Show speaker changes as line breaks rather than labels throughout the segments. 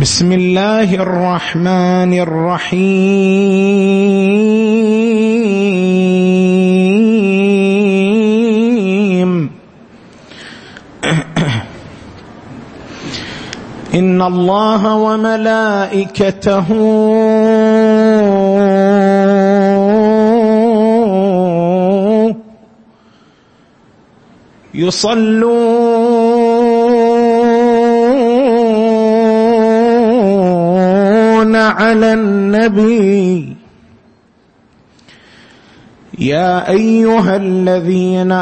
بسم الله الرحمن الرحيم. إن الله وملائكته يصلون على النبي يا أيها الذين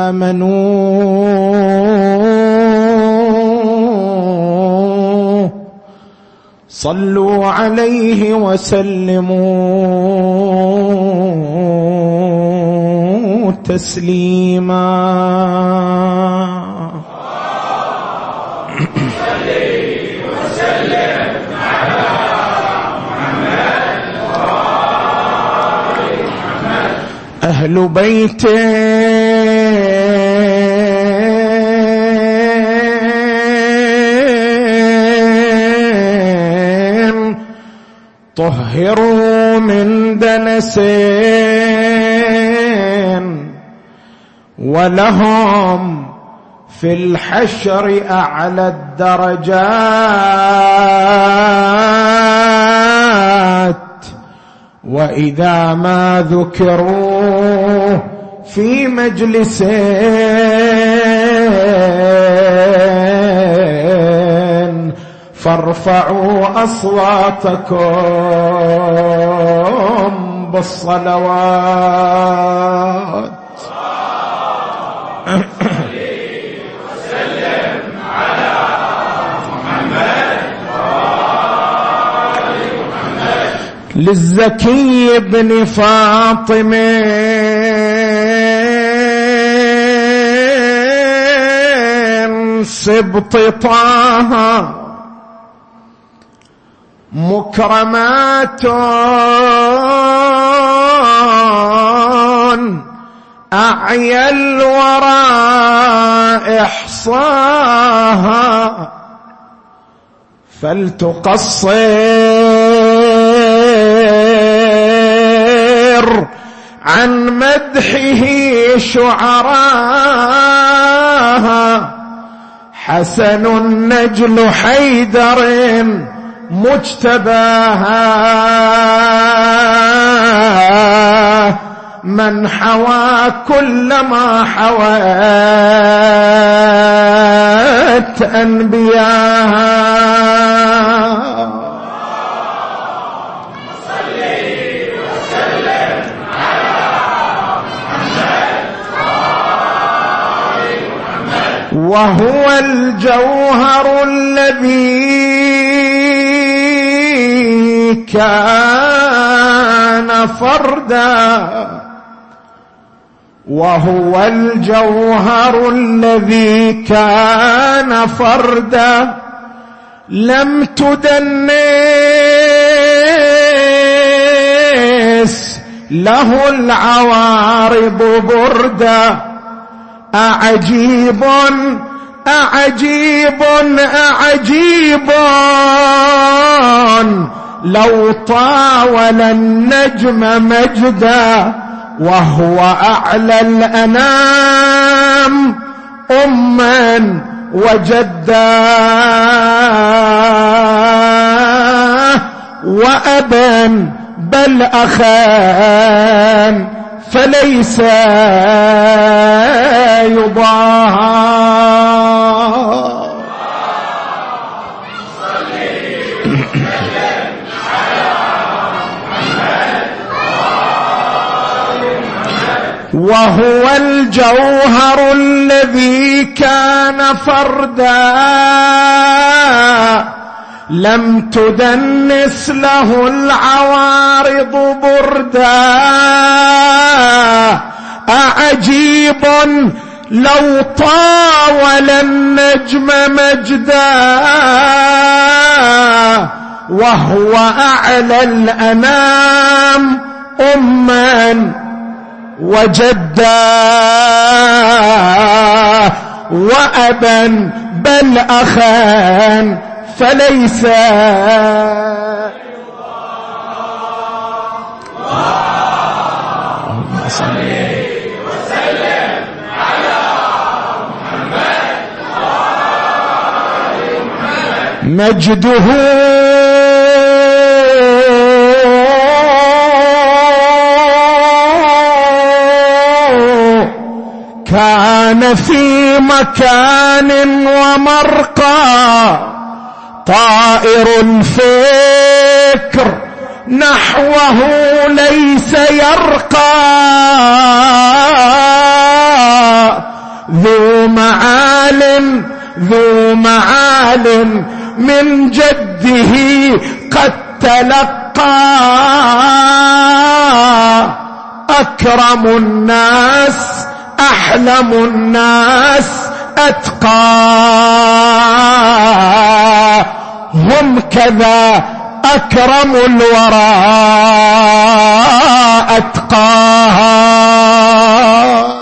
آمنوا صلوا عليه وسلموا تسليما. أهل بيته طهروا من دنس ولهم في الحشر أعلى الدرجات، وإذا ما ذكروا في مجلس فارفعوا أصواتكم بالصلوات. للزكي بن فاطمة سبط طه مكرمات أعيا الورى إحصاها فلتقصر عن مدحه شعراها. حسن النجل حيدر مجتباها من حوى كل ما حوت أنبياها. وهو الجوهر الذي كان فردا، وهو الجوهر الذي كان فردا لم تدنس له العوارض بردا. أعجيب أعجيب أعجيب لو طاول النجم مجدا، وهو أعلى الأنام أما وجدا وأبا بل أخان فليس يضاهى. وهو الجوهر الذي كان فردا لم تدنس له العوارض بردا. أعجيب لو طاول النجم مجدا، وهو أعلى الأنام أما وجدا وأبا بل أخان فليس مجده كان في مكان ومرقى طائر الفكر نحوه ليس يرقى ذو معال من جده قد تلقى أكرم الناس أحلم الناس أتقى هم كذا أكرم الورى أتقاها.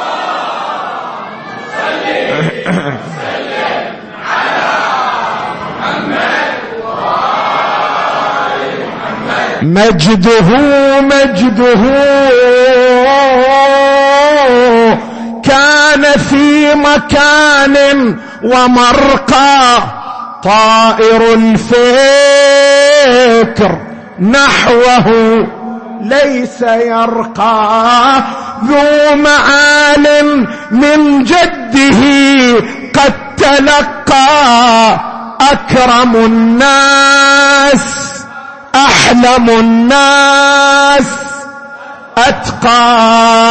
مجده كان في مكان ومرقى طائر الفكر نحوه ليس يرقى ذو معال من جده قد تلقى أكرم الناس أحلم الناس أتقى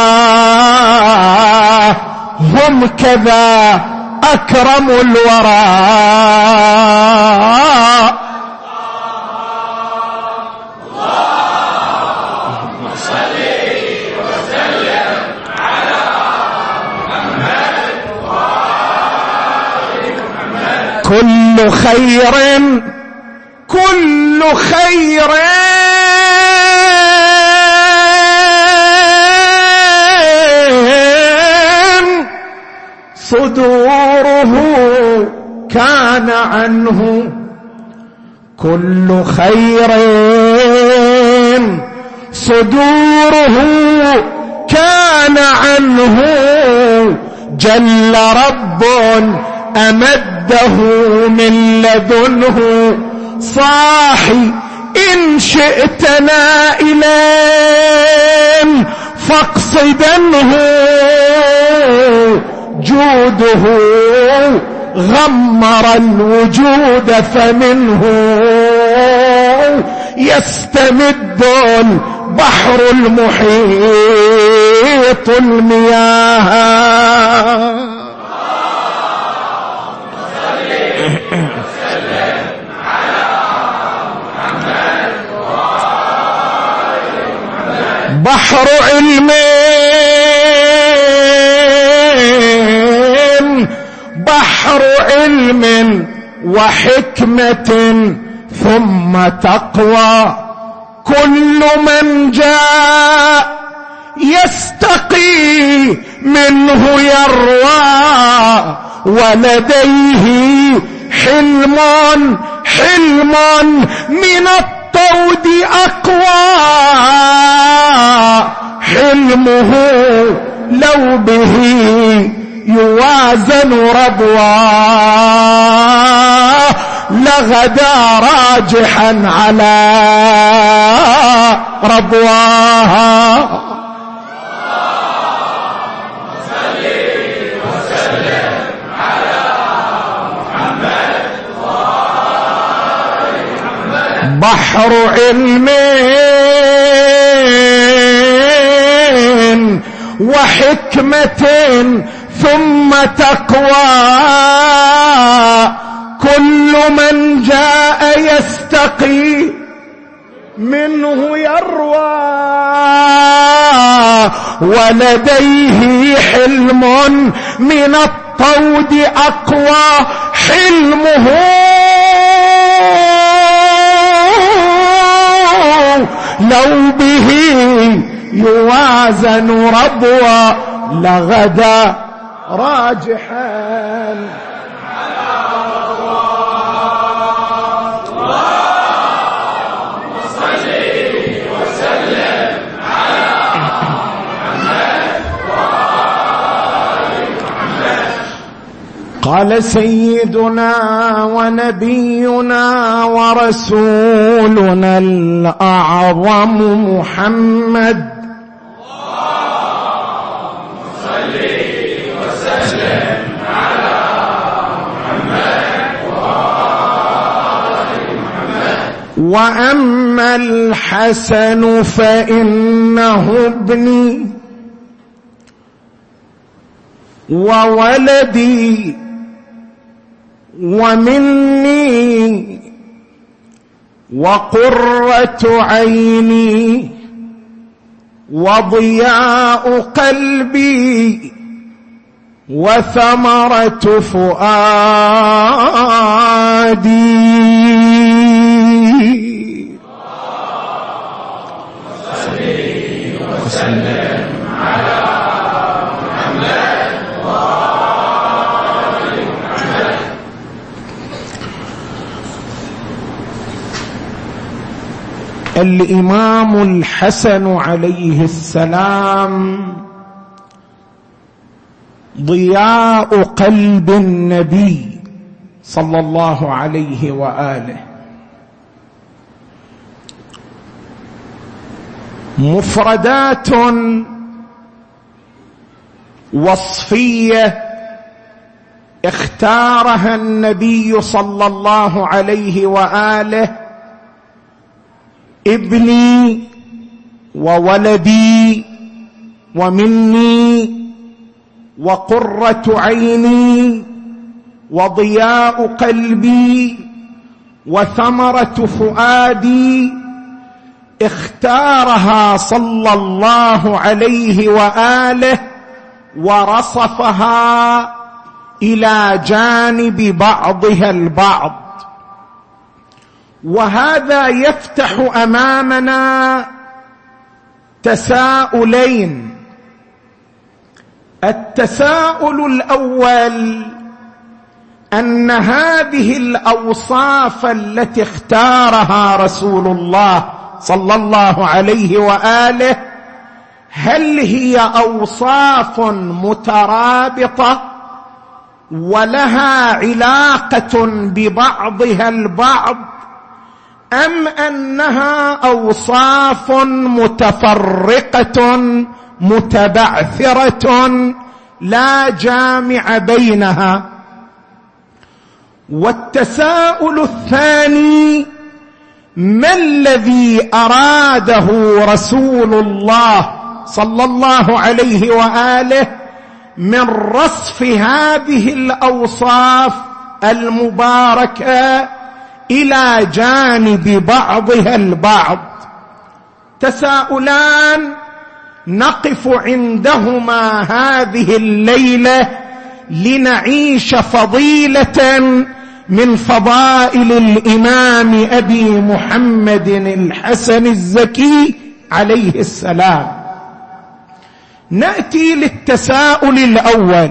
هم كذا أكرم الورى. اللهم صل وسلم على محمد وآل محمد. كل خير صدوره كان عنه كل خير صدوره كان عنه جل رب أمده من لدنه صاحي إن شئت نائلا فاقصدنه جوده غمر الوجود فمنه يستمد البحر المحيط المياه. بحر علم وحكمة ثم تقوى كل من جاء يستقي منه يروى ولديه حلم من الطود أقوى حلمه لو به يوازن ربواه لغدا راجحا على ربواه. بحر علم وحكمة ثم تقوى كل من جاء يستقي منه يروى ولديه حلم من الطود أقوى حلمه لو به يوازن ربوى لغدا راجحا على ربوى. قال سيدنا ونبينا ورسولنا الأعظم محمد اللهم صل وسلم على محمد وآل محمد. وأما الحسن فإنه ابني وولدي ومني وقرة عيني وضياء قلبي وثمرة فؤادي. صل وسلم على محمد وآل محمد. الإمام الحسن عليه السلام ضياء قلب النبي صلى الله عليه وآله، مفردات وصفية اختارها النبي صلى الله عليه وآله: ابني وولدي ومني وقرة عيني وضياء قلبي وثمرة فؤادي. اختارها صلى الله عليه وآله ورصفها إلى جانب بعضها البعض، وهذا يفتح أمامنا تساؤلين. التساؤل الأول أن هذه الأوصاف التي اختارها رسول الله صلى الله عليه وآله هل هي أوصاف مترابطة ولها علاقة ببعضها البعض، أم أنها أوصاف متفرقة متبعثرة لا جامع بينها؟ والتساؤل الثاني: ما الذي أراده رسول الله صلى الله عليه وآله من رصف هذه الأوصاف المباركة إلى جانب بعضها البعض؟ تساؤلان نقف عندهما هذه الليلة لنعيش فضيلة من فضائل الإمام أبي محمد الحسن الزكي عليه السلام. نأتي للتساؤل الأول: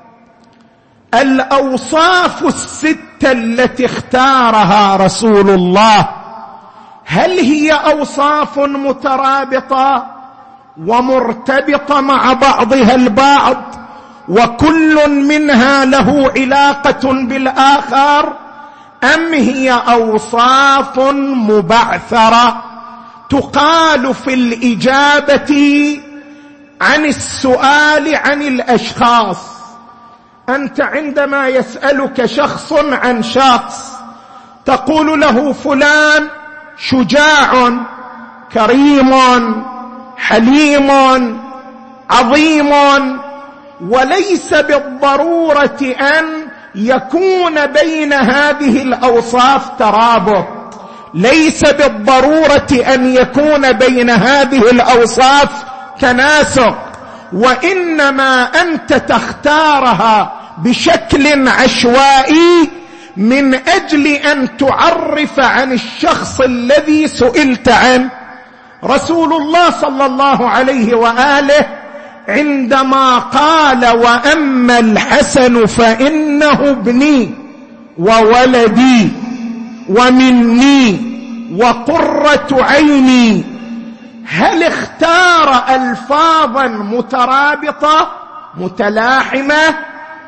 الأوصاف الستة التي اختارها رسول الله هل هي أوصاف مترابطة ومرتبطة مع بعضها البعض وكل منها له علاقة بالآخر، أم هي أوصاف مبعثرة تقال في الإجابة عن السؤال عن الأشخاص؟ أنت عندما يسألك شخص عن شخص تقول له فلان شجاع كريم حليم عظيم، وليس بالضرورة أن يكون بين هذه الأوصاف ترابط، ليس بالضرورة أن يكون بين هذه الأوصاف تناسق، وإنما أنت تختارها بشكل عشوائي من أجل أن تعرف عن الشخص الذي سئلت عنه. رسول الله صلى الله عليه وآله عندما قال: وأما الحسن فإنه ابني وولدي ومني وقرة عيني، هل اختار ألفاظا مترابطة متلاحمة،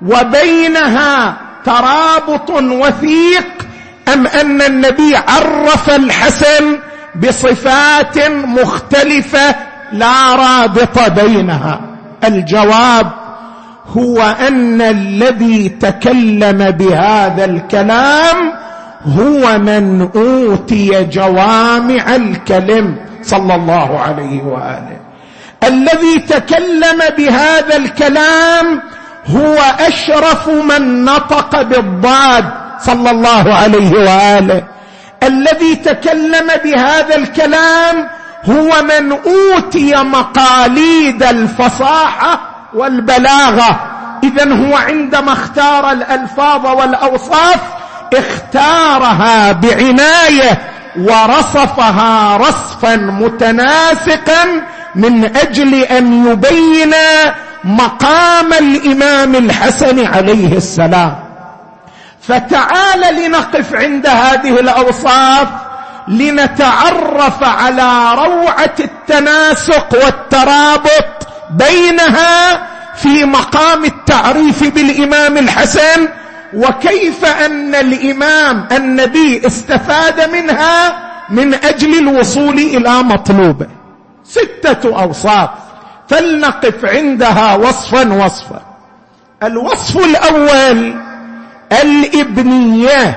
وبينها ترابط وثيق، أم أن النبي عرف الحسن بصفات مختلفة لا رابط بينها؟ الجواب هو أن الذي تكلم بهذا الكلام هو من أوتي جوامع الكلم صلى الله عليه وآله. الذي تكلم بهذا الكلام هو أشرف من نطق بالضاد صلى الله عليه وآله. الذي تكلم بهذا الكلام هو من أوتي مقاليد الفصاحة والبلاغة. إذن هو عندما اختار الألفاظ والأوصاف اختارها بعناية ورصفها رصفا متناسقا من أجل أن يبين مقام الإمام الحسن عليه السلام. فتعال لنقف عند هذه الأوصاف لنتعرف على روعة التناسق والترابط بينها في مقام التعريف بالإمام الحسن، وكيف أن الإمام النبي استفاد منها من أجل الوصول إلى مطلوبه. 6 أوصاف، فلنقف عندها وصفا وصفا. الوصف الأول الابنية.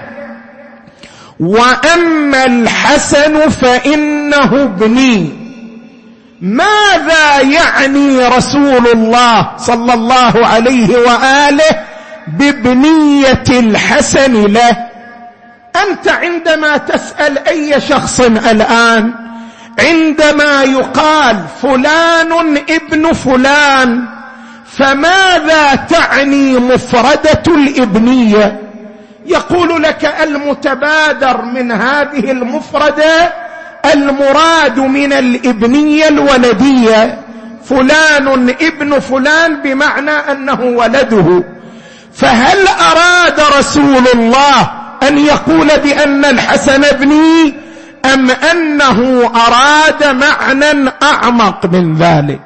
وأما الحسن فإنه ابني. ماذا يعني رسول الله صلى الله عليه وآله بابنية الحسن له؟ أنت عندما تسأل أي شخص الآن عندما يقال فلان ابن فلان، فماذا تعني مفردة الابنية؟ يقول لك المتبادر من هذه المفردة المراد من الابنية الولدية، فلان ابن فلان بمعنى أنه ولده. فهل أراد رسول الله أن يقول بأن الحسن ابني، أم أنه أراد معنى أعمق من ذلك؟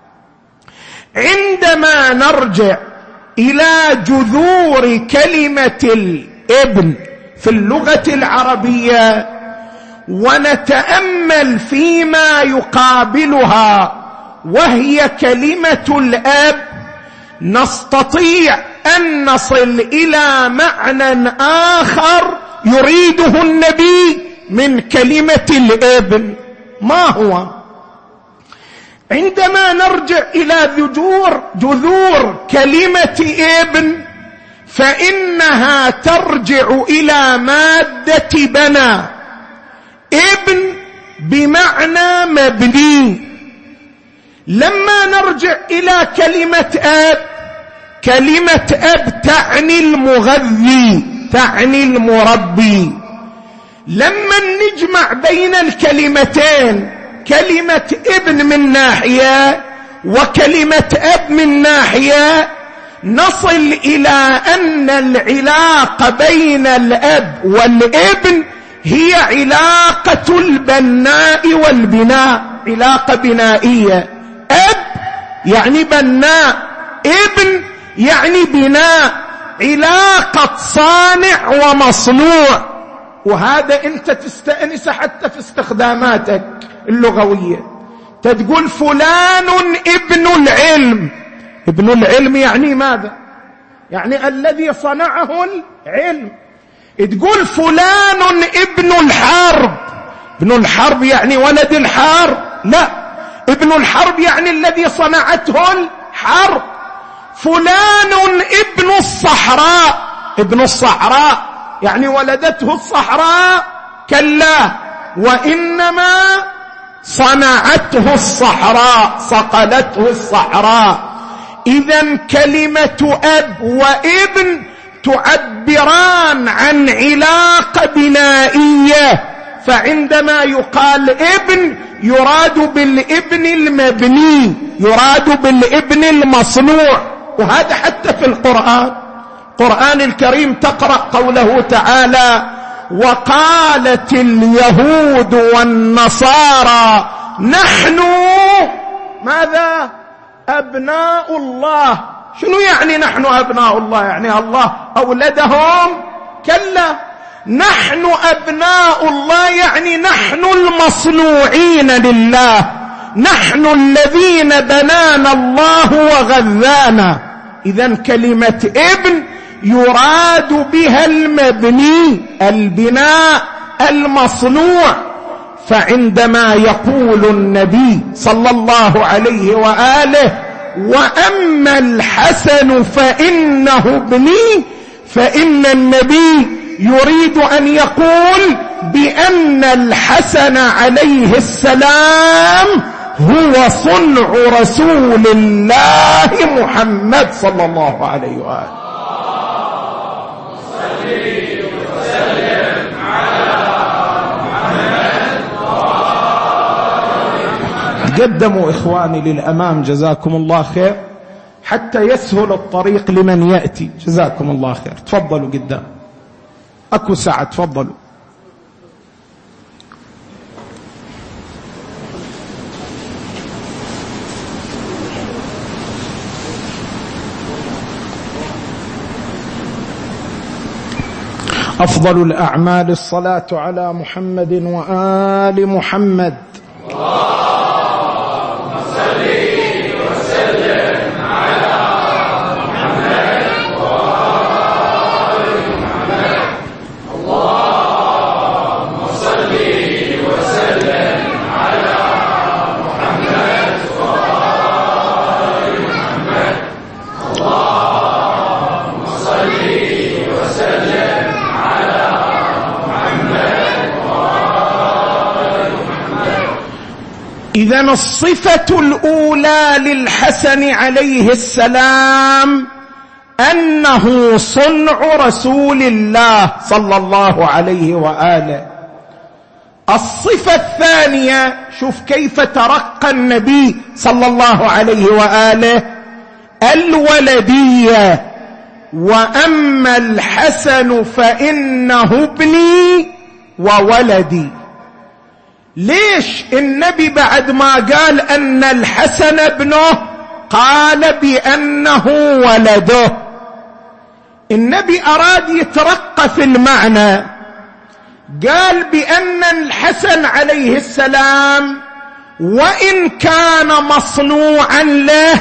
عندما نرجع إلى جذور كلمة الابن في اللغة العربية ونتأمل فيما يقابلها وهي كلمة الأب، نستطيع أن نصل إلى معنى آخر يريده النبي من كلمة الابن. ما هو؟ عندما نرجع إلى جذور كلمة ابن فإنها ترجع إلى مادة بنى. ابن بمعنى مبني. لما نرجع إلى كلمة أب، كلمة أب تعني المغذي، تعني المربي. لما نجمع بين الكلمتين، كلمة ابن من ناحية وكلمة أب من ناحية، نصل إلى أن العلاقة بين الأب والابن هي علاقة البناء والبناء، علاقة بنائية. أب يعني بناء، ابن يعني بناء، علاقة صانع ومصنوع. وهذا أنت تستأنس حتى في استخداماتك اللغوية، تقول فلان ابن العلم. ابن العلم يعني ماذا؟ يعني الذي صنعه العلم. تقول فلان ابن الحرب. ابن الحرب يعني ولد الحرب؟ لا، ابن الحرب يعني الذي صنعته الحرب. فلان ابن الصحراء. ابن الصحراء يعني ولدته الصحراء؟ كلا، وإنما صنعته الصحراء، صقلته الصحراء. إذن كلمة أب وابن تعبران عن علاقة بنائية. فعندما يقال ابن يراد بالابن المبني، يراد بالابن المصنوع. وهذا حتى في القرآن الكريم تقرأ قوله تعالى: وقالت اليهود والنصارى نحن ماذا؟ أبناء الله. شنو يعني نحن أبناء الله؟ يعني الله أولدهم؟ كلا، نحن أبناء الله يعني نحن المصنوعين لله، نحن الذين بنانا الله وغذانا. إذن كلمة ابن يراد بها المبني، البناء المصنوع. فعندما يقول النبي صلى الله عليه وآله وأما الحسن فإنه ابني، فإن النبي يريد أن يقول بأن الحسن عليه السلام هو صنع رسول الله محمد صلى الله عليه وآله. قدموا إخواني للأمام جزاكم الله خير حتى يسهل الطريق لمن يأتي، جزاكم الله خير. تفضلوا قدام، أكو ساعة، تفضلوا. أفضل الأعمال الصلاة على محمد وآل محمد.
اللهم صل وسلم على محمد وآل محمد. اللهم صل وسلم على محمد وآل محمد. اللهم صل وسلم على محمد وآل محمد.
إذن الصفة الأولى للحسن عليه السلام أنه صنع رسول الله صلى الله عليه وآله. الصفة الثانية، شوف كيف ترقى النبي صلى الله عليه وآله، الولدية. وأما الحسن فإنه ابني وولدي. ليش النبي بعد ما قال أن الحسن ابنه قال بأنه ولده؟ النبي أراد يترقى في المعنى، قال بأن الحسن عليه السلام وإن كان مصنوعا له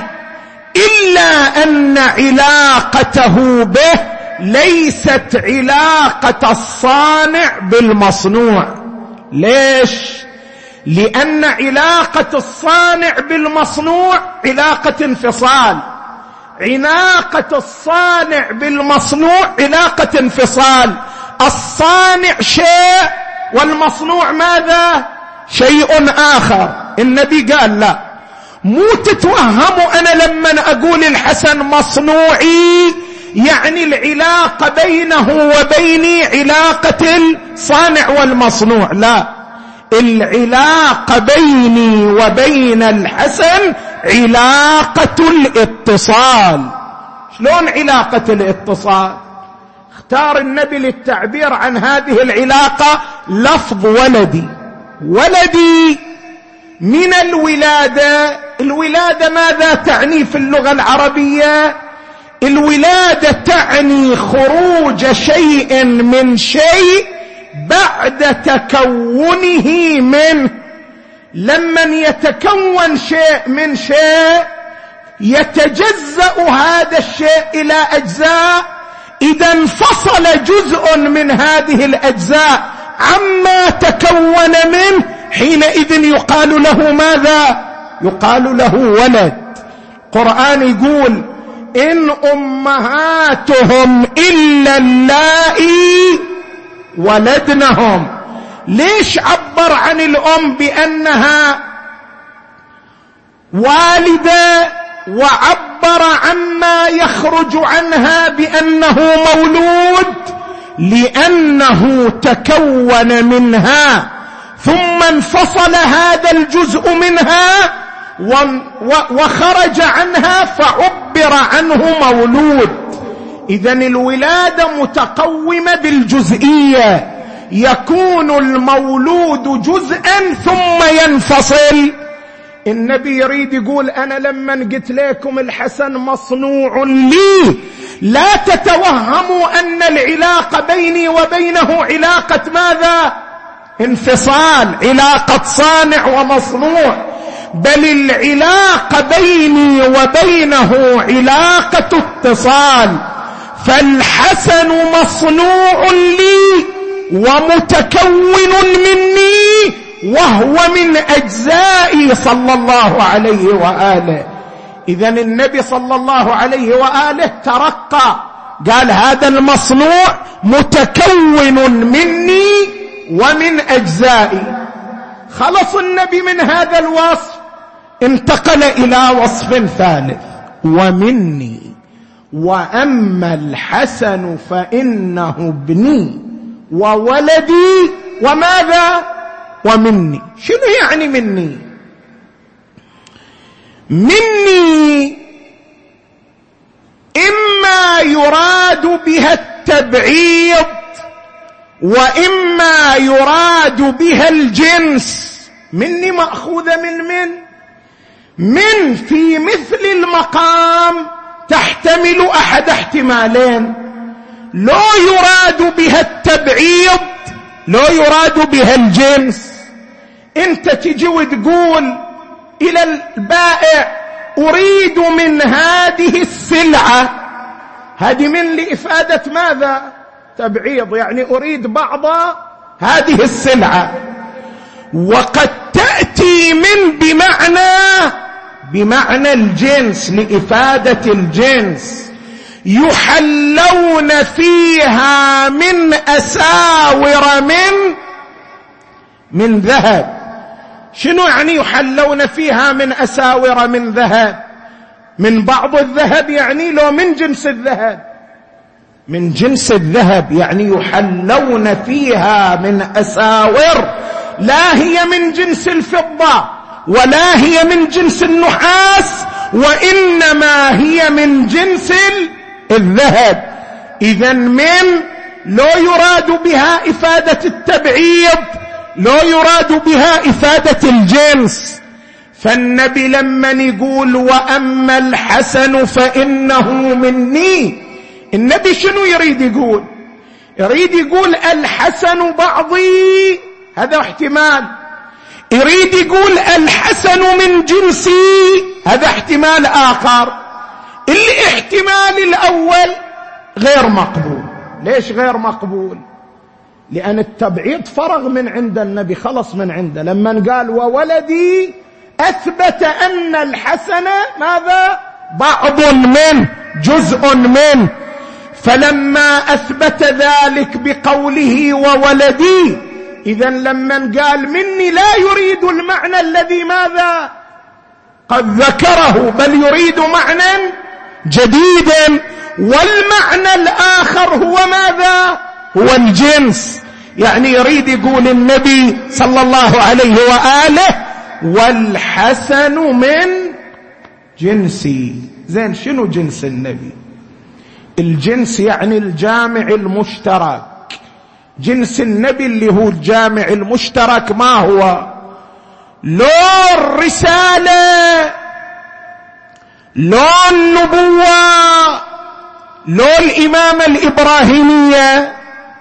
إلا أن علاقته به ليست علاقة الصانع بالمصنوع. ليش؟ لأن علاقة الصانع بالمصنوع علاقة انفصال، علاقة الصانع بالمصنوع علاقة انفصال. الصانع شيء والمصنوع ماذا؟ شيء آخر. النبي قال لا، مو تتوهموا أنا لما أقول الحسن مصنوعي يعني العلاقة بينه وبيني علاقة الصانع والمصنوع، لا، العلاقة بيني وبين الحسن علاقة الاتصال. شلون علاقة الاتصال؟ اختار النبي للتعبير عن هذه العلاقة لفظ ولدي. ولدي من الولادة. الولادة ماذا تعني في اللغة العربية؟ الولادة تعني خروج شيء من شيء بعد تكونه منه. لما يتكون شيء من شيء يتجزأ هذا الشيء إلى أجزاء، إذا انفصل جزء من هذه الأجزاء عما تكون منه حينئذ يقال له ماذا؟ يقال له ولد. القرآن يقول إن أمهاتهم إلا اللائي ولدنهم. ليش عبر عن الأم بأنها والدة وعبر عما يخرج عنها بأنه مولود؟ لأنه تكون منها ثم انفصل هذا الجزء منها وخرج عنها فعبر عنه مولود. إذن الولادة متقومة بالجزئية، يكون المولود جزءا ثم ينفصل. النبي يريد يقول أنا لما قلت لكم الحسن مصنوع لي لا تتوهموا أن العلاقة بيني وبينه علاقة ماذا؟ انفصال، علاقة صانع ومصنوع، بل العلاقة بيني وبينه علاقة اتصال. فالحسن مصنوع لي ومتكون مني وهو من أجزائي صلى الله عليه وآله. إذن النبي صلى الله عليه وآله ترقى، قال هذا المصنوع متكون مني ومن أجزائي. خلص النبي من هذا الوصف، انتقل إلى وصف ثالث، ومني. وأما الحسن فإنه ابني وولدي وماذا؟ ومني. شنو يعني مني؟ مني إما يراد بها التبعيض وإما يراد بها الجنس. مني مأخوذة من في مثل المقام تحتمل أحد احتمالين، لو يراد بها التبعيض لو يراد بها الجنس. انت تجي وتقول إلى البائع أريد من هذه السلعة، هذه من لإفادة ماذا؟ تبعيض، يعني أريد بعض هذه السلعة. وقد تأتي من بمعنى الجنس لإفادة الجنس. يحلون فيها من أساور من ذهب. شنو يعني يحلون فيها من أساور من ذهب؟ من بعض الذهب يعني لو من جنس الذهب؟ من جنس الذهب، يعني يحلون فيها من أساور لا هي من جنس الفضة ولا هي من جنس النحاس، وإنما هي من جنس الذهب. إذن من لو يراد بها إفادة التبعيض، لو يراد بها إفادة الجنس. فالنبي لما يقول وأما الحسن فإنه مني، النبي شنو يريد يقول؟ يريد يقول الحسن بعضي، هذا احتمال. يريد يقول الحسن من جنسي، هذا احتمال آخر. الاحتمال الأول غير مقبول. ليش غير مقبول؟ لأن التبعيض فرغ من عند النبي، خلص من عنده. لما قال وولدي أثبت أن الحسن ماذا؟ بعض منه، جزء منه. فلما أثبت ذلك بقوله وولدي، إذن لما قال مني لا يريد المعنى الذي ماذا؟ قد ذكره، بل يريد معنى جديدا. والمعنى الآخر هو ماذا؟ هو الجنس. يعني يريد يقول النبي صلى الله عليه وآله والحسن من جنسي. زين، شنو جنس النبي؟ الجنس يعني الجامع المشترك. جنس النبي اللي هو الجامع المشترك ما هو؟ لو الرسالة، لو النبوة، لو الإمامة الإبراهيمية.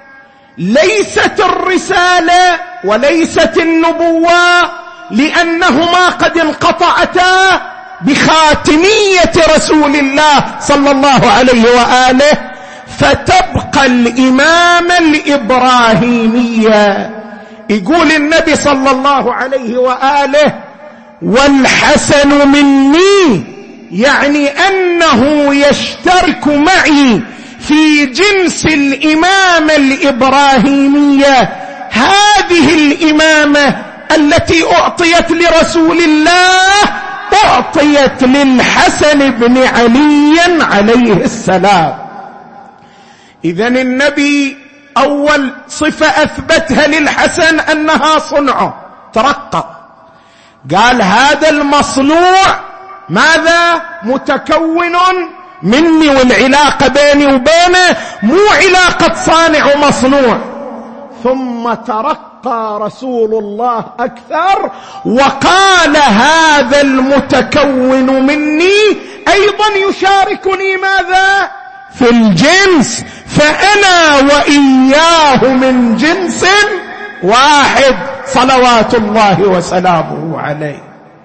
ليست الرسالة وليست النبوة لأنهما قد انقطعتا بخاتمية رسول الله صلى الله عليه وآله، فتبقى الإمامة الإبراهيمية. يقول النبي صلى الله عليه وآله والحسن مني، يعني أنه يشترك معي في جنس الإمامة الإبراهيمية. هذه الإمامة التي أعطيت لرسول الله أعطيت للحسن بن علي عليه السلام. إذن النبي أول صفة أثبتها للحسن أنها صنعه، ترقى، قال هذا المصنوع ماذا؟ متكون مني، والعلاقة بيني وبينه مو علاقة صانع ومصنوع. ثم ترقى ترقى رسول الله أكثر وقال هذا المتكون مني أيضا يشاركني ماذا؟ في الجنس، فأنا وإياه من جنس واحد صلوات الله وسلامه عليه.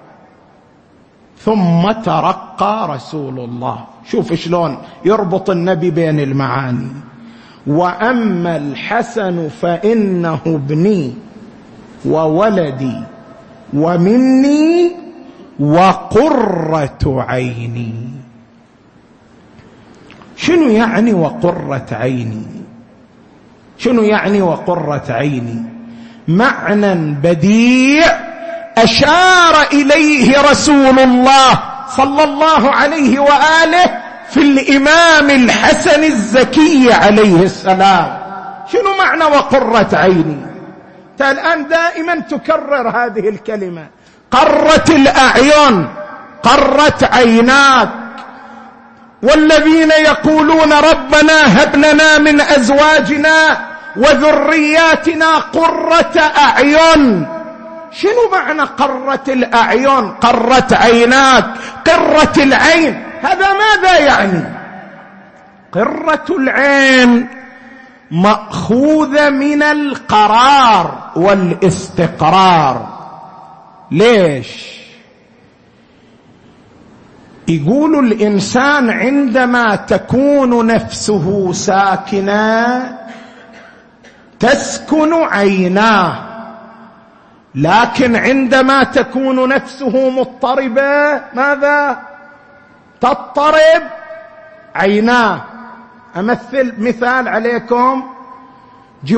ثم ترقى رسول الله. شوف شلون يربط النبي بين المعاني. وأما الحسن فإنه ابني وولدي ومني وقرة عيني. شنو يعني وقرة عيني؟ شنو يعني وقرة عيني؟ معنى بديع أشار إليه رسول الله صلى الله عليه وآله في الإمام الحسن الزكي عليه السلام. شنو معنى وقرة عيني؟ الآن دائما تكرر هذه الكلمة، قرت الأعين، قرت عيناك. والذين يقولون ربنا هب لنا من أزواجنا وذرياتنا قرة أعين. شنو معنى قرت الأعين؟ قرت عيناك، قرة العين، هذا ماذا يعني؟ قرة العين مأخوذة من القرار والاستقرار. ليش؟ يقول الإنسان عندما تكون نفسه ساكنة تسكن عيناه، لكن عندما تكون نفسه مضطربة ماذا؟ تضطرب عيناه. أمثل مثال عليكم. جي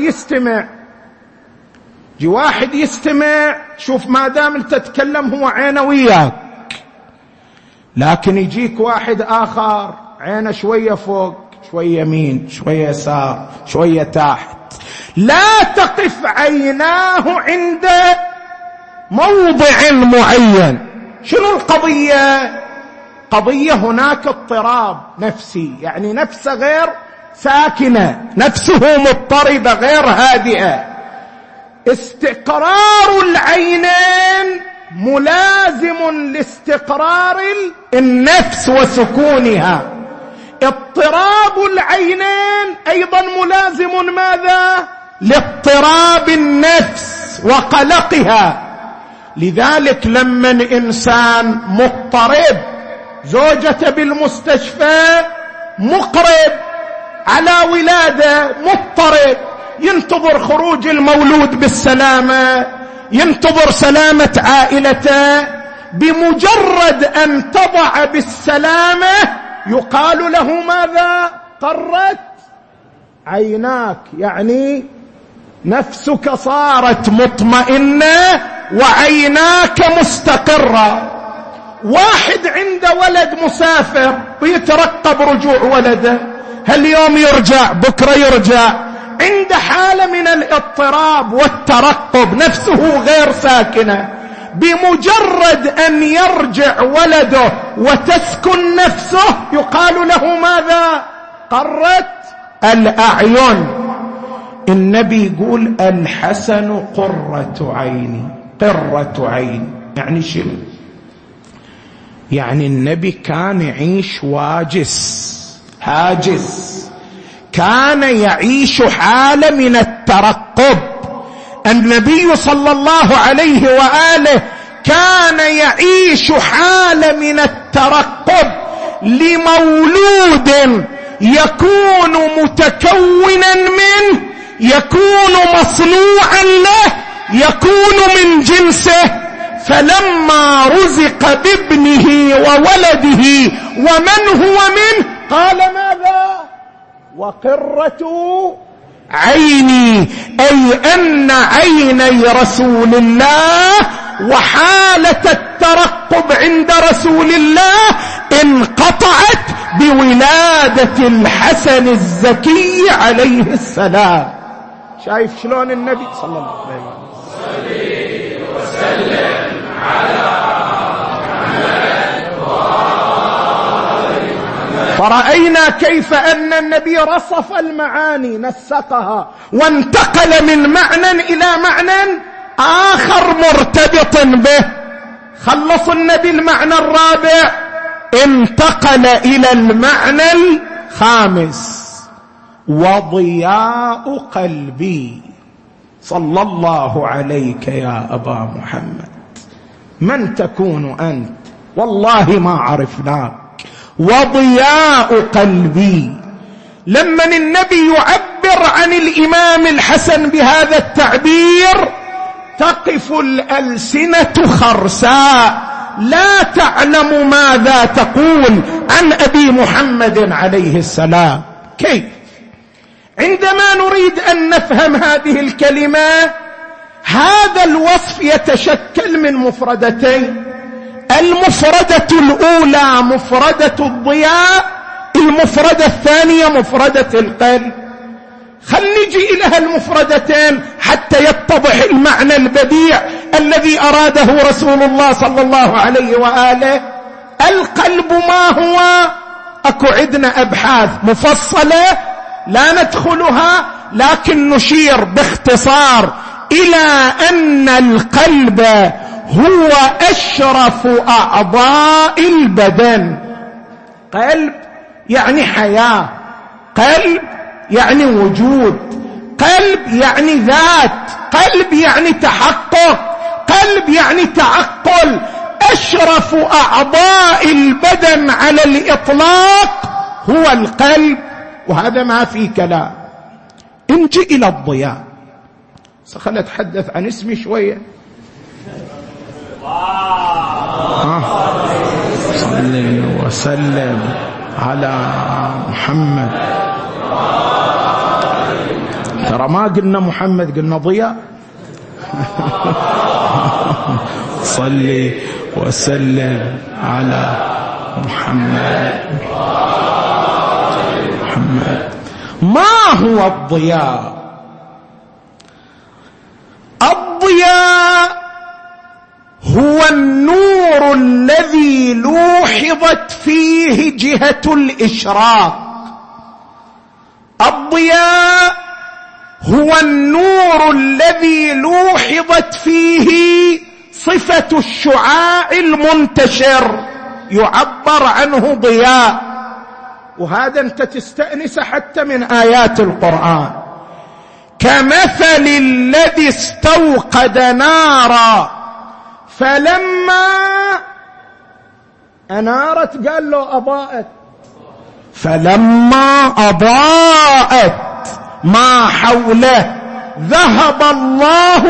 واحد يستمع، شوف ما دام انت تتكلم هو عينه وياك، لكن يجيك واحد آخر عينه شوية فوق شوية يمين شوية يسار شوية تحت، لا تقف عيناه عند موضع معين. شنو القضية؟ قضية هناك اضطراب نفسي، يعني نفسه غير ساكنة، نفسه مضطربة غير هادئة. استقرار العينين ملازم لاستقرار النفس وسكونها. اضطراب العينين أيضا ملازم ماذا؟ لاضطراب النفس وقلقها. لذلك لما إنسان مضطرب، زوجته بالمستشفى، مقرب على ولادة، مضطرب، ينتظر خروج المولود بالسلامة، ينتظر سلامة عائلته، بمجرد أن تضع بالسلامة يقال له ماذا؟ قرت عيناك، يعني نفسك صارت مطمئنة وعيناك مستقرة. واحد عنده ولد مسافر ويترقب رجوع ولده، هل يوم يرجع بكرة يرجع، عنده حالة من الاضطراب والترقب، نفسه غير ساكنة. بمجرد أن يرجع ولده وتسكن نفسه يقال له ماذا؟ قرت الأعين. النبي يقول الحسن قرة عيني. قرة عين يعني شنو؟ يعني النبي كان يعيش هاجس، كان يعيش حالة من الترقب. النبي صلى الله عليه وآله كان يعيش حالة من الترقب لمولود يكون متكونا منه، يكون مصنوعا له، يكون من جنسه. فلما رزق بابنه وولده ومن هو منه قال ماذا؟ وقرة عيني، أي أن عيني رسول الله وحالة الترقب عند رسول الله انقطعت بولادة الحسن الزكي عليه السلام. شايف شلون النبي صلى الله عليه وسلم على محمد وآل محمد. فرأينا كيف أن النبي رصف المعاني نسقها وانتقل من معنى إلى معنى آخر مرتبط به. خلص النبي المعنى الرابع، انتقل إلى المعنى الخامس، وضياء قلبي. صلى الله عليك يا أبا محمد. من تكون أنت؟ والله ما عرفناك. وضياء قلبي. لما النبي يعبر عن الإمام الحسن بهذا التعبير تقف الألسنة خرساء لا تعلم ماذا تقول عن أبي محمد عليه السلام. كيف؟ عندما نريد أن نفهم هذه الكلمة، هذا الوصف يتشكل من مفردتين. المفردة الأولى مفردة الضياء، المفردة الثانية مفردة القلب. خل نجي إلى المفردتين حتى يتضح المعنى البديع الذي أراده رسول الله صلى الله عليه وآله. القلب ما هو؟ أكو عندنا أبحاث مفصلة لا ندخلها، لكن نشير باختصار إلى أن القلب هو أشرف أعضاء البدن. قلب يعني حياة، قلب يعني وجود، قلب يعني ذات، قلب يعني تحقق، قلب يعني تعقل. أشرف أعضاء البدن على الإطلاق هو القلب، وهذا ما في كلام. نجي إلى الضياء. خلنا أتحدث عن اسمي شوية. صلي وسلم على محمد. ترى ما قلنا محمد، قلنا ضياء. صلي وسلم على محمد. ما هو الضياء؟ الضياء هو النور الذي لوحظت فيه جهة الإشراق. الضياء هو النور الذي لوحظت فيه صفة الشعاع المنتشر، يعبر عنه ضياء. وهذا أنت تستأنس حتى من آيات القرآن. كمثل الذي استوقد نارا فلما أنارت قال له أضاءت، فلما أضاءت ما حوله ذهب الله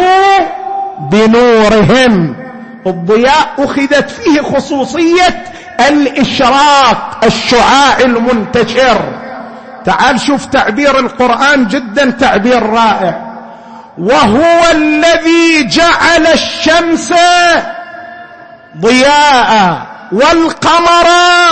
بنورهم. الضياء أخذت فيه خصوصية الإشراق، الشعاع المنتشر. تعال شوف تعبير القرآن، جدا تعبير رائع. وهو الذي جعل الشمس ضياء والقمر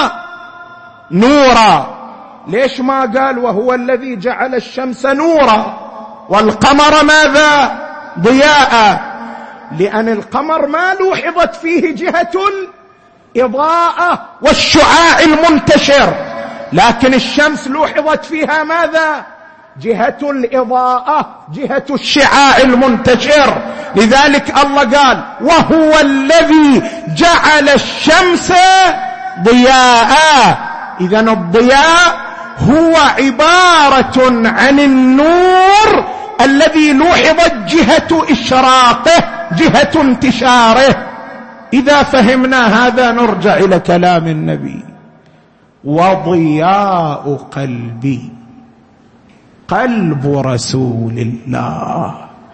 نورا. ليش ما قال وهو الذي جعل الشمس نورا والقمر ماذا؟ ضياء. لأن القمر ما لوحظت فيه جهة الإضاءة والشعاع المنتشر، لكن الشمس لوحظت فيها ماذا؟ جهة الإضاءة، جهة الشعاع المنتشر. لذلك الله قال وهو الذي جعل الشمس ضياء. إذن الضياء هو عبارة عن النور الذي لوحظت جهة إشراقه، جهة انتشاره. إذا فهمنا هذا نرجع إلى كلام النبي. وضياء قلبي، قلب رسول الله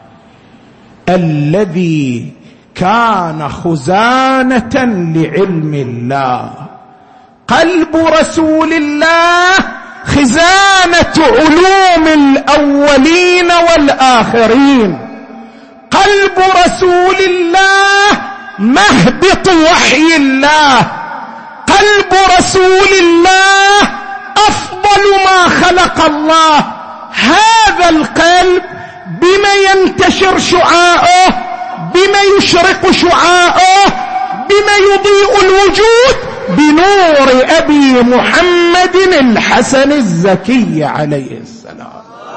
الذي كان خزانة لعلم الله. قلب رسول الله خزانة علوم الأولين والآخرين. قلب رسول الله مهبط وحي الله. قلب رسول الله أفضل ما خلق الله. هذا القلب بما ينتشر شعاعه، بما يشرق شعاعه، بما يضيء الوجود، بنور أبي محمد الحسن الزكي عليه السلام.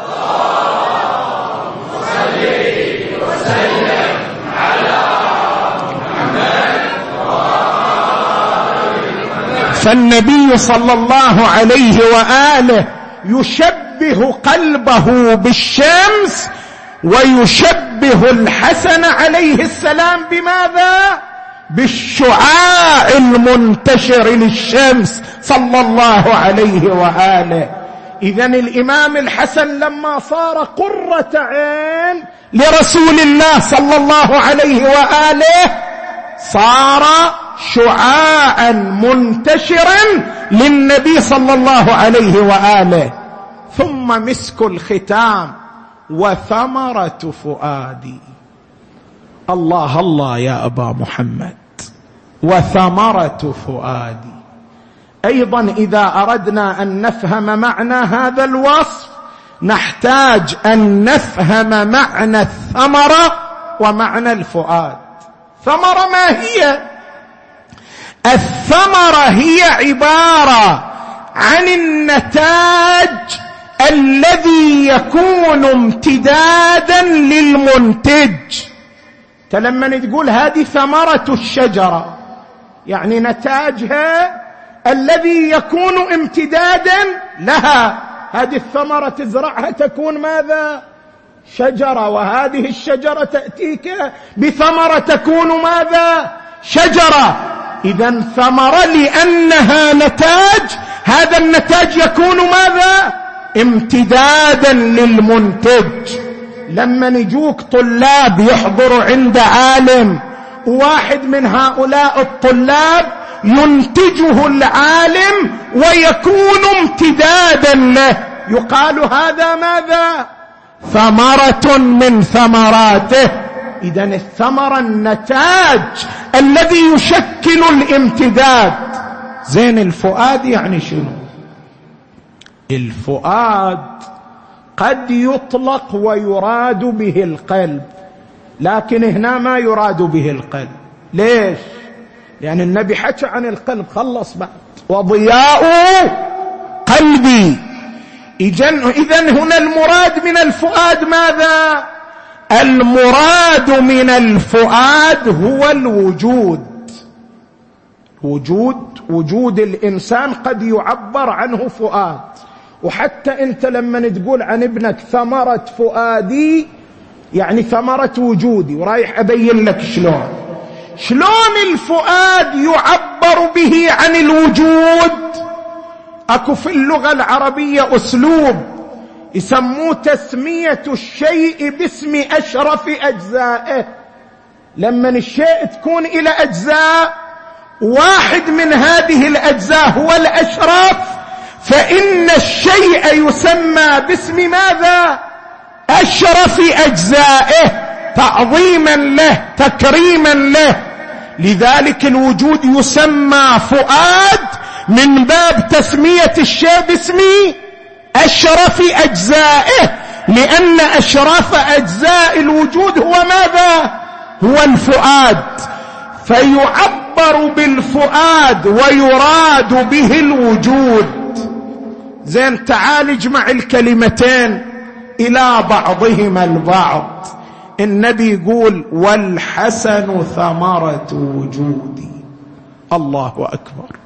فالنبي صلى الله عليه وآله يشبه قلبه بالشمس ويشبه الحسن عليه السلام بماذا؟ بالشعاع المنتشر للشمس صلى الله عليه وآله. إذن الإمام الحسن لما صار قرة عين لرسول الله صلى الله عليه وآله صار شعاعا منتشرا للنبي صلى الله عليه وآله. ثم مسك الختام وثمرة فؤادي. الله الله يا أبا محمد، وثمرة فؤادي. أيضا إذا أردنا أن نفهم معنى هذا الوصف نحتاج أن نفهم معنى الثمرة ومعنى الفؤاد. ثمرة ما هي؟ الثمرة هي عبارة عن النتاج الذي يكون امتدادا للمنتج. لما تقول هذه ثمرة الشجرة يعني نتاجها الذي يكون امتدادا لها. هذه الثمرة تزرعها تكون ماذا؟ شجرة، وهذه الشجرة تأتيك بثمرة تكون ماذا؟ شجرة. إذن ثمرة لأنها نتاج، هذا النتاج يكون ماذا؟ امتدادا للمنتج. لما نجوك طلاب يحضروا عند عالم واحد من هؤلاء الطلاب ينتجه العالم ويكون امتدادا له، يقال هذا ماذا؟ ثمرة من ثمراته. إذن الثمرة النتاج الذي يشكل الامتداد. زين الفؤاد يعني شنو؟ الفؤاد قد يطلق ويراد به القلب، لكن هنا ما يراد به القلب. ليش؟ لأن النبي حكى عن القلب خلص بعد، وضياء قلبي. إذن هنا المراد من الفؤاد ماذا؟ المراد من الفؤاد هو الوجود. وجود الإنسان قد يعبر عنه فؤاد. وحتى أنت لما تقول عن ابنك ثمرة فؤادي يعني ثمرة وجودي، ورايح أبين لك شلون الفؤاد يعبر به عن الوجود. أكو في اللغة العربية أسلوب يسموه تسمية الشيء باسم أشرف أجزائه. لما الشيء تكون إلى أجزاء، واحد من هذه الأجزاء هو الأشرف، فإن الشيء يسمى باسم ماذا؟ أشرف أجزائه، تعظيما له، تكريما له. لذلك الوجود يسمى فؤاد من باب تسمية الشيء باسم أشرف أجزائه، لأن أشرف أجزاء الوجود هو ماذا؟ هو الفؤاد. فيعبر بالفؤاد ويراد به الوجود. زين، تعالج مع الكلمتين إلى بعضهما البعض. النبي يقول والحسن ثمرة وجودي. الله أكبر.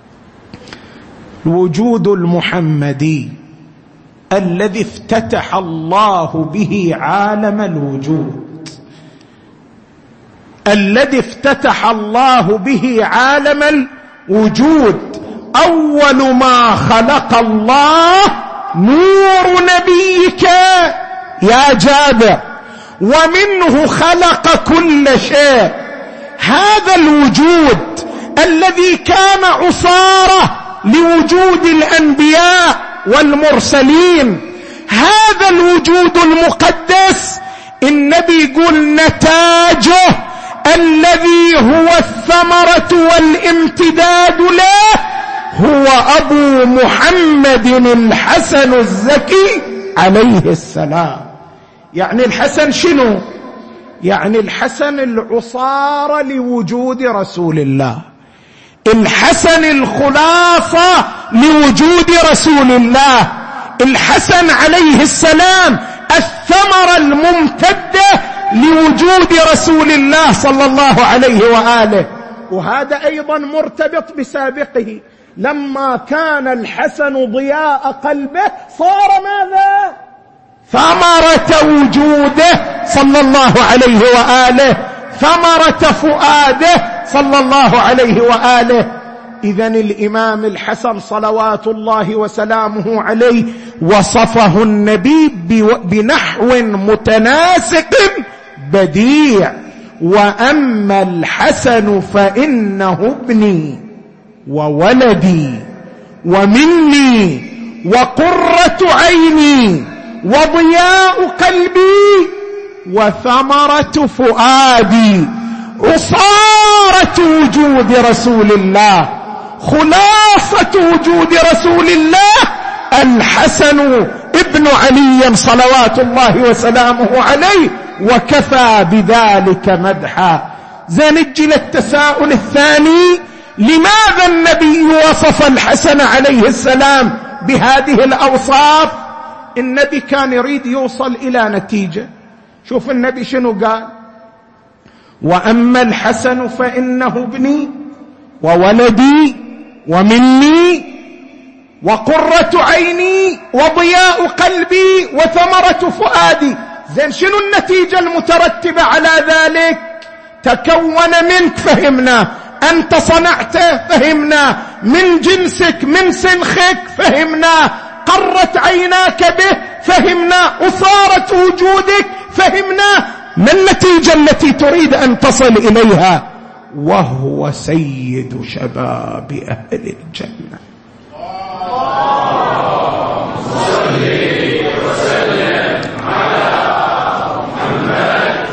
الوجود المحمدي الذي افتتح الله به عالم الوجود، الذي افتتح الله به عالم الوجود. أول ما خلق الله نور نبيك يا جابر، ومنه خلق كل شيء. هذا الوجود الذي كان عصارة لوجود الأنبياء والمرسلين، هذا الوجود المقدس النبي يقول نتاجه الذي هو الثمرة والامتداد له هو أبو محمد الحسن الزكي عليه السلام. يعني الحسن شنو؟ يعني الحسن العصارة لوجود رسول الله، الحسن الخلاصة لوجود رسول الله، الحسن عليه السلام الثمرة الممتدة لوجود رسول الله صلى الله عليه وآله. وهذا أيضا مرتبط بسابقه، لما كان الحسن ضياء قلبه صار ماذا؟ ثمرة وجوده صلى الله عليه وآله، ثمرة فؤاده صلى الله عليه وآله. إذن الإمام الحسن صلوات الله وسلامه عليه وصفه النبي بنحو متناسق بديع: وأما الحسن فإنه ابني وولدي ومني وقرة عيني وضياء قلبي وثمرة فؤادي، عصارة وجود رسول الله، خلاصة وجود رسول الله الحسن ابن علي صلوات الله وسلامه عليه، وكفى بذلك مدحا. نجي للتساؤل الثاني: لماذا النبي وصف الحسن عليه السلام بهذه الأوصاف؟ النبي كان يريد يوصل إلى نتيجة. شوف النبي شنو قال: وأما الحسن فإنه ابني وولدي ومني وقرة عيني وضياء قلبي وثمرة فؤادي. شنو النتيجة المترتبة على ذلك؟ تكون منك، فهمنا، أنت صنعته، فهمنا، من جنسك، من سنخك، فهمنا، قرت عيناك به، فهمنا، وصارت وجودك، فهمنا. ما النتيجة التي تريد أن تصل إليها؟ وهو سيد شباب أهل الجنة.
صلي وسلم على محمد.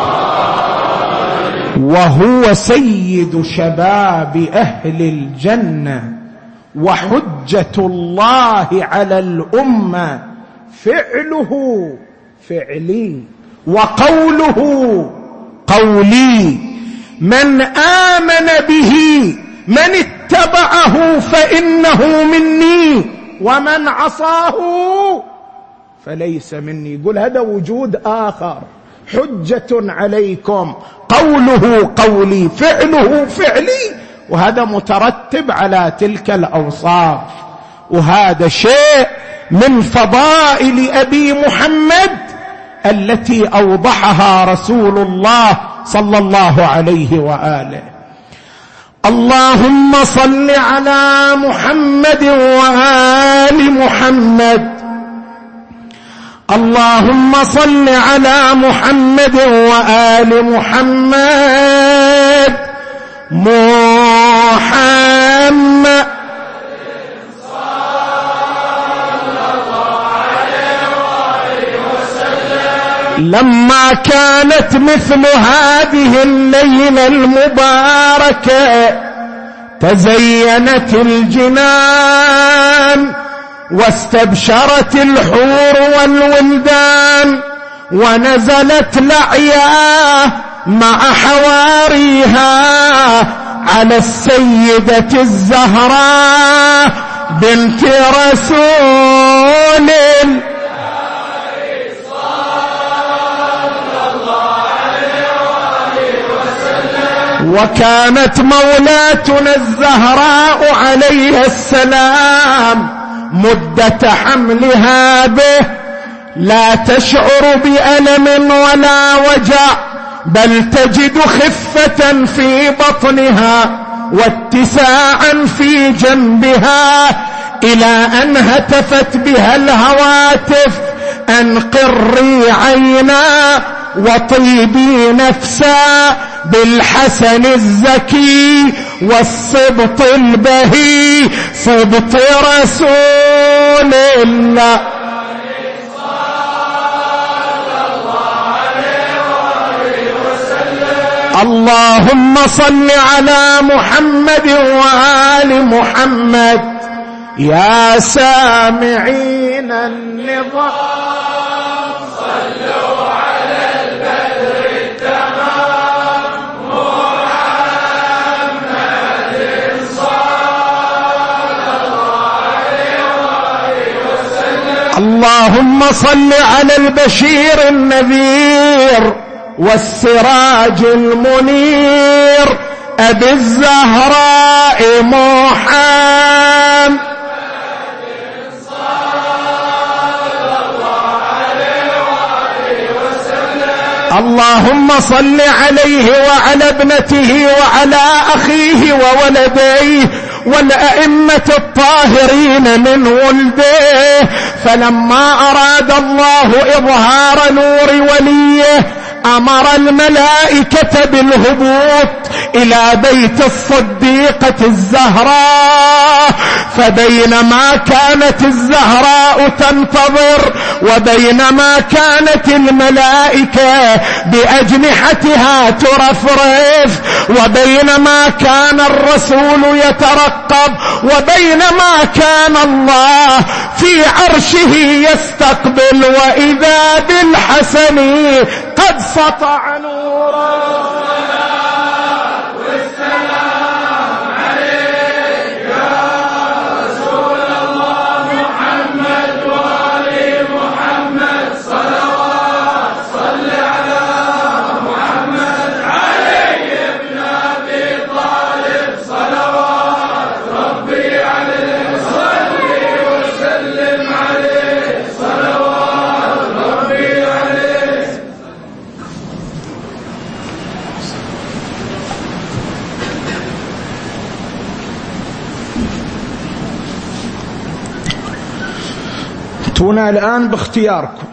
وهو سيد شباب أهل الجنة وحجة الله على الأمة، فعله فعلي وقوله قولي. من آمن به، من اتبعه فإنه مني، ومن عصاه فليس مني. يقول هذا وجود آخر، حجة عليكم، قوله قولي، فعله فعلي، وهذا مترتب على تلك الأوصاف. وهذا شيء من فضائل أبي محمد التي أوضحها رسول الله صلى الله عليه وآله. اللهم صل على محمد وآل محمد. اللهم صل على محمد وآل محمد. محمد لما كانت مثل هذه الليلة المباركة تزينت الجنان واستبشرت الحور والولدان، ونزلت الأعياء مع حواريها على السيدة الزهراء بنت رسول الله. وكانت مولاتنا الزهراء عليها السلام مدة حملها به لا تشعر بألم ولا وجع، بل تجد خفة في بطنها واتساعا في جنبها، إلى أن هتفت بها الهواتف: أنقري عينا وطيبي نفسا بالحسن الزكي والصبط البهي صبط رسول الله. اللهم صل على محمد وآل محمد. يا سامعين النظام
صلوا على البدر التمام محمد
اللهم صل على البشير النذير والسراج المنير أبي الزهراء محمد اللهم صل عليه وعلى ابنته وعلى أخيه وولديه والأئمة الطاهرين من ولده. فلما أراد الله إظهار نور وليه أمر الملائكة بالهبوط إلى بيت الصديقة الزهراء، فبينما كانت الزهراء تنتظر وبينما كانت الملائكة بأجنحتها ترفرف وبينما كان الرسول يترقب وبينما كان الله في عرشه يستقبل، وإذا بالحسن قد سطع نورا. تونا الآن باختياركم،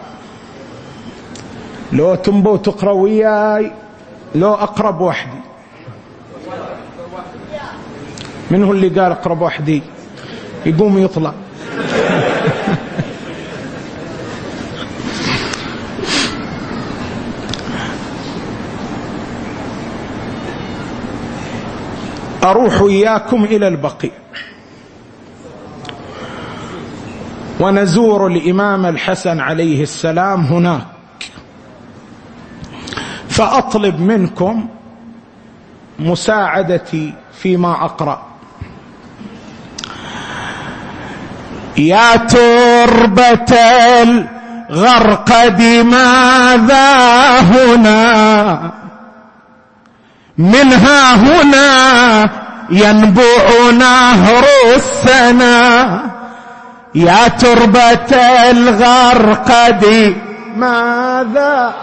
لو تنبو تقرأ وياي لو أقرب وحدي. من هو اللي قال أقرب وحدي؟ يقوم يطلع. أروح وياكم إلى البقيع ونزور الإمام الحسن عليه السلام هناك، فأطلب منكم مساعدتي فيما أقرأ. يا تربة الغرقد ماذا هنا، منها هنا ينبع نهر السنا. يا تربة الغرقد ماذا،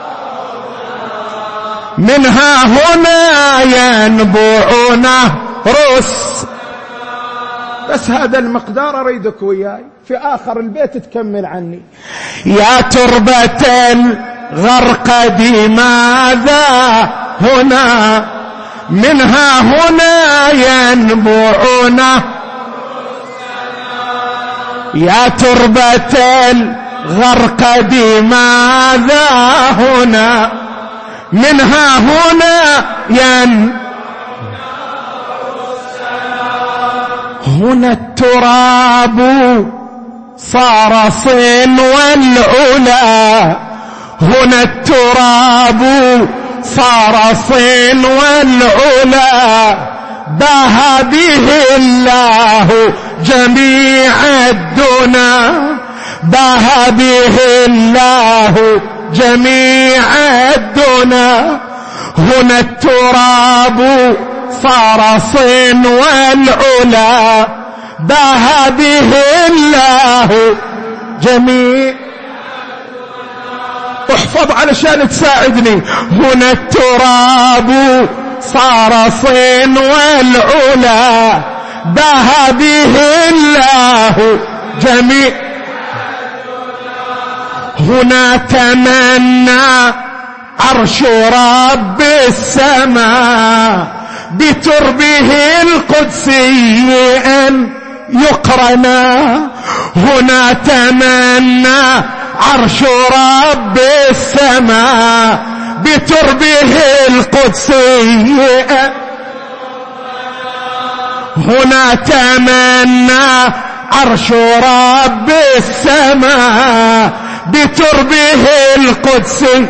منها هنا ينبع نهر السنا. بس هذا المقدار أريدك وياي، في آخر البيت تكمل عني. يا تربة الغرقد ماذا هنا، منها هنا ينبع نهر. يا تربة الغرقد ماذا هنا، منها هنا هنا التراب صار صين والعلا، هنا التراب صار صين والعلا، باها به الله جميع الدنا، باها به الله جميع الدنا. هنا التراب صار صين والعلا، باها به الله جميع. احفظ علشان تساعدني. هنا التراب صار صين والعلا، باها به الله جميع. هنا تمنى عرش رب السماء، بتربه القدسي أن يقرنا. هنا تمنى عرش رب السماء، بتربه القدسي. هنا تمنى عرش رب السماء، بتربه القدسي.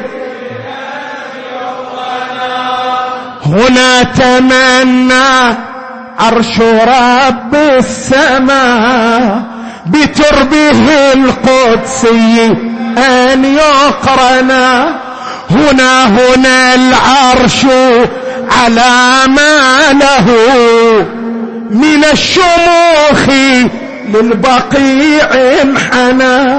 هنا تمنى عرش رب السماء، بتربه القدسي أن يقرنا. هنا العرش على ما له من الشموخ للبقيع انحنى.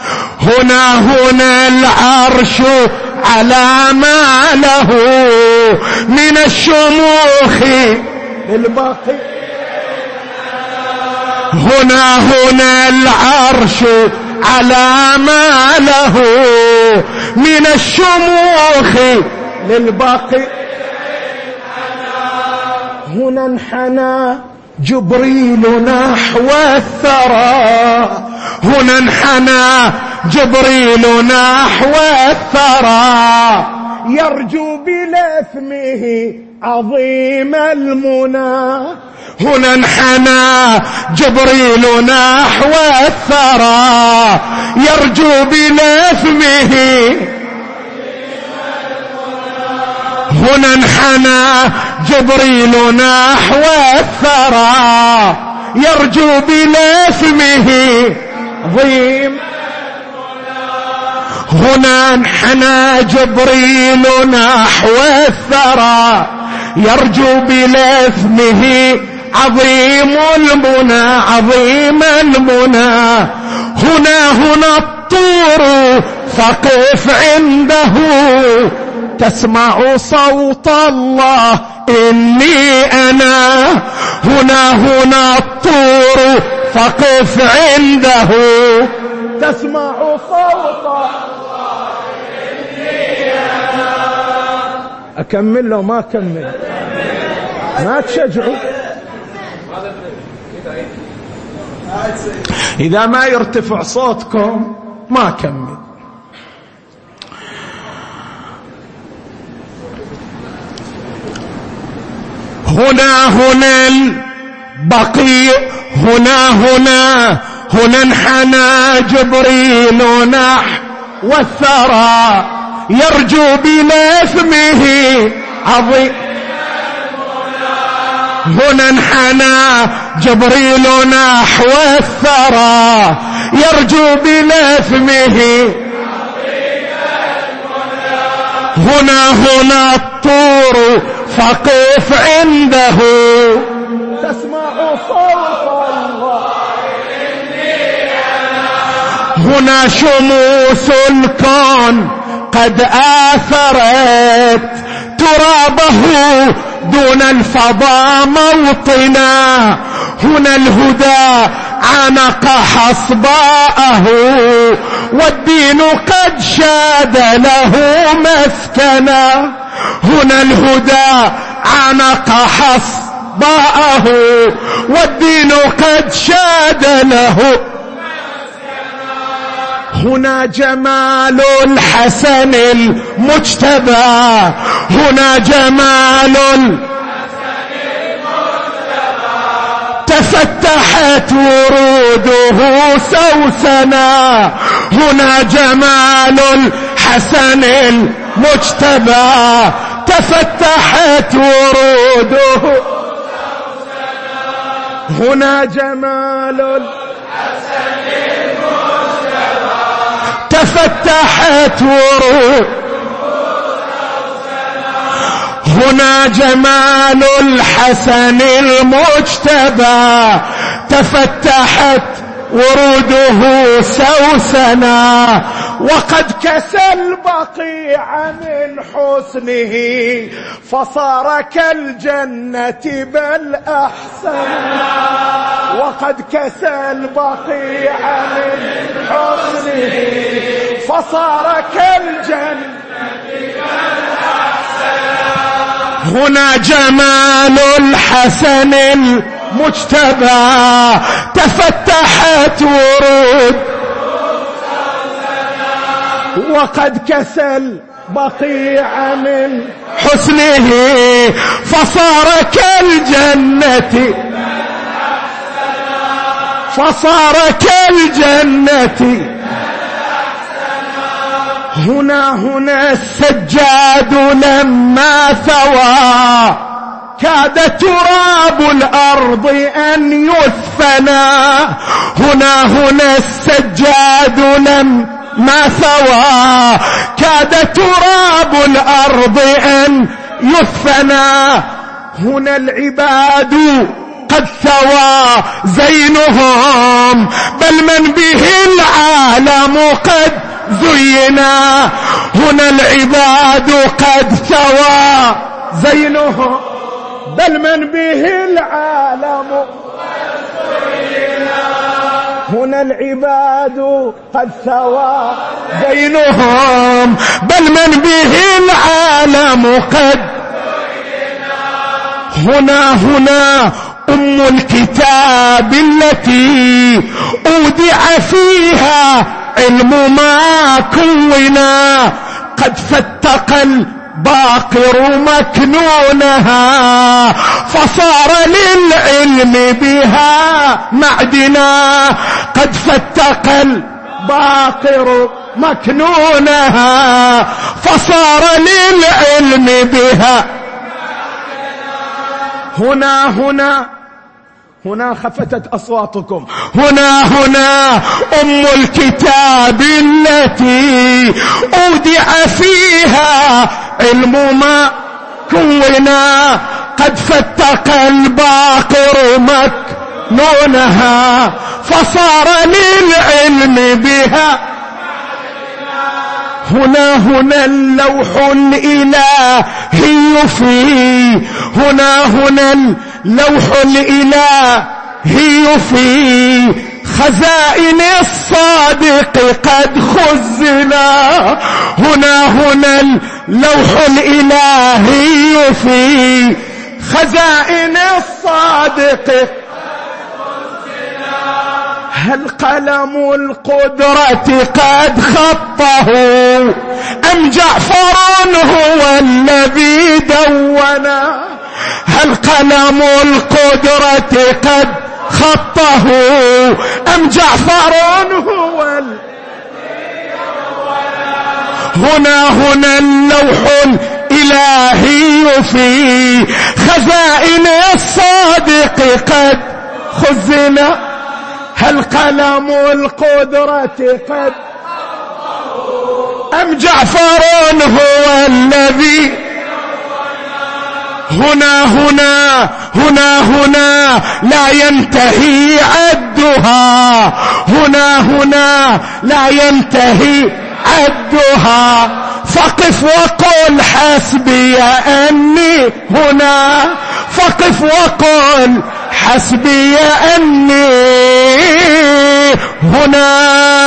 هنا العرش على ما له من الشموخ للبقيع. هنا العرش على ما له من الشموخ للبقيع. هنا انحنى جبريل نحو الثرى. هنا انحنى جبريل نحو الثرى يرجو بلثمه عظيم المنى. هنا انحنى جبريل نحو الثرى يرجو بلثمه. هنا انحنى جبريل نحو الثرى يرجو بلثمه عظيم. هنا انحنى جبريل نحو الثرى يرجو بلثمه عظيم المنى عظيم المنى. هنا الطور فقف عنده تسمع صوت الله إني أنا. هنا الطور فقف عنده تسمع صوت الله إني أنا. أكمل لو ما أكمل ما تشجعوا. إذا ما يرتفع صوتكم ما أكمل. هنا البقيع. هنا انحنى جبريل نحو الثرى يرجو بلثمه عظيم. هنا انحنى جبريل نحو الثرى يرجو بلثمه. هنا الطور فقف عنده تسمع صوت الله إني أنا. هنا شموس الكون قد آثرت ترابه دون الفضاء موطنا. هنا الهدى عانق حصباءه والدين قد شاد له مسكنا. هنا الهدى عانق حصباءه والدين قد شاد له مسكنا. هنا جمال الحسن المجتبى. هنا جمال الحسن المجتبى تفتحت وروده سوسنا. هنا جمال الحسن المجتبى تفتحت وروده سوسنا. هنا جمال الحسن المجتبى تفتحت وروده سوسنا. هنا جمال الحسن المجتبى تفتحت وروده سوسنا. وقد كسى البقيع من حسنه فصار كالجنة بل أحسن. وقد كسى البقيع من حسنه فصار كالجنة بل أحسن. هنا جمال الحسن المجتبى تفتحت ورود. وقد كسى البقيع من حسنه فصار كالجنة فصار كالجنة. هنا السجاد لما ثوى كاد تراب الأرض أن يثنى هنا السجاد لما ثوى كاد تراب الأرض أن يثنى هنا العباد قد ثوى زينهم بل من به العالم قد زينا هنا العباد قد ثوى زينهم بل من به العالم هنا العباد قد ثوى زينهم بل من به العالم قد هنا أم الكتاب التي أودع فيها علم ما كونا قد فتق الباقر مكنونها فصار للعلم بها معدنا قد فتق الباقر مكنونها فصار للعلم بها هنا خفتت أصواتكم هنا أم الكتاب التي أودع فيها علم ما كونا قد فتق الباقر مكنونها فصار للعلم بها هنا اللوح الإلهي فيه هنا اللوح الإلهي فيه خزائن الصادق قد خزنا هنا اللوح الإلهي فيه خزائن الصادق هل قلم القدرة قد خطه أم جعفر هو الذي دونا هل قلم القدرة قد خطه أم جعفر هو هنا اللوح الإلهي فيه خزائن الصادق قد خزنا هل قلم القدرة قد أم جعفر هو الذي هنا لا ينتهي عدها هنا لا ينتهي عدها فقف وقل حسبي أني هنا فقف وقل حسبي أني هنا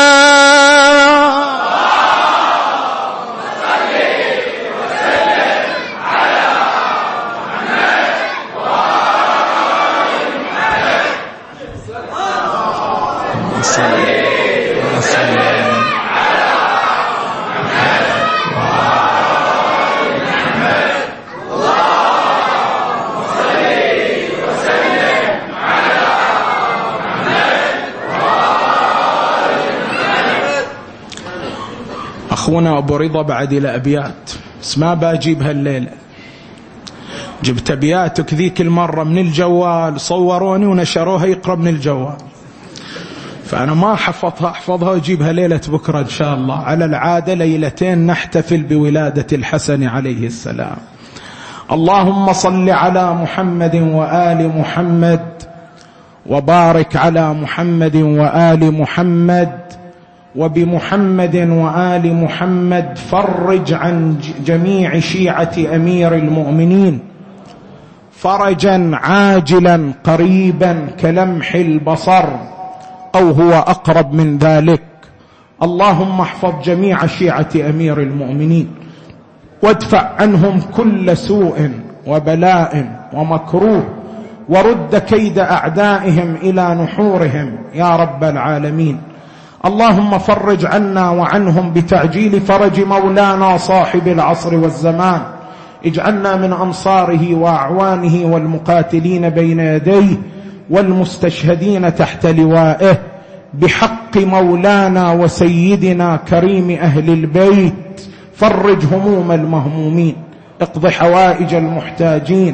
أخونا أبو رضا بعد إلى أبيات بس ما بجيبها الليلة جبت أبياتك ذيك المرة من الجوال صوروني ونشروها يقرأ من الجوال فأنا ما حفظها أحفظها وأجيبها ليلة بكرة إن شاء الله على العادة ليلتين نحتفل بولادة الحسن عليه السلام اللهم صل على محمد وآل محمد وبارك على محمد وآل محمد وبمحمد وآل محمد فرج عن جميع شيعة أمير المؤمنين فرجا عاجلا قريبا كلمح البصر أو هو أقرب من ذلك اللهم احفظ جميع شيعة أمير المؤمنين وادفع عنهم كل سوء وبلاء ومكروه ورد كيد أعدائهم إلى نحورهم يا رب العالمين اللهم فرج عنا وعنهم بتعجيل فرج مولانا صاحب العصر والزمان اجعلنا من أنصاره وأعوانه والمقاتلين بين يديه والمستشهدين تحت لوائه بحق مولانا وسيدنا كريم أهل البيت فرج هموم المهمومين اقض حوائج المحتاجين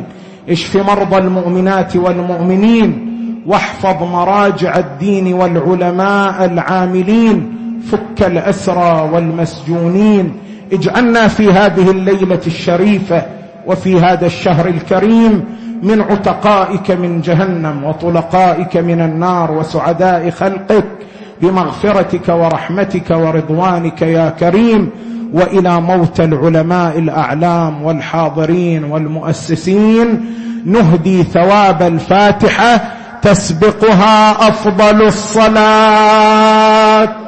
اشف مرضى المؤمنات والمؤمنين، واحفظ مراجع الدين والعلماء العاملين، فك الأسرى والمسجونين. اجعلنا في هذه الليلة الشريفة وفي هذا الشهر الكريم من عتقائك من جهنم وطلقائك من النار وسعداء خلقك بمغفرتك ورحمتك ورضوانك يا كريم. وإلى موت العلماء الأعلام والحاضرين والمؤسسين نهدي ثواب الفاتحة تسبقها أفضل الصلاة.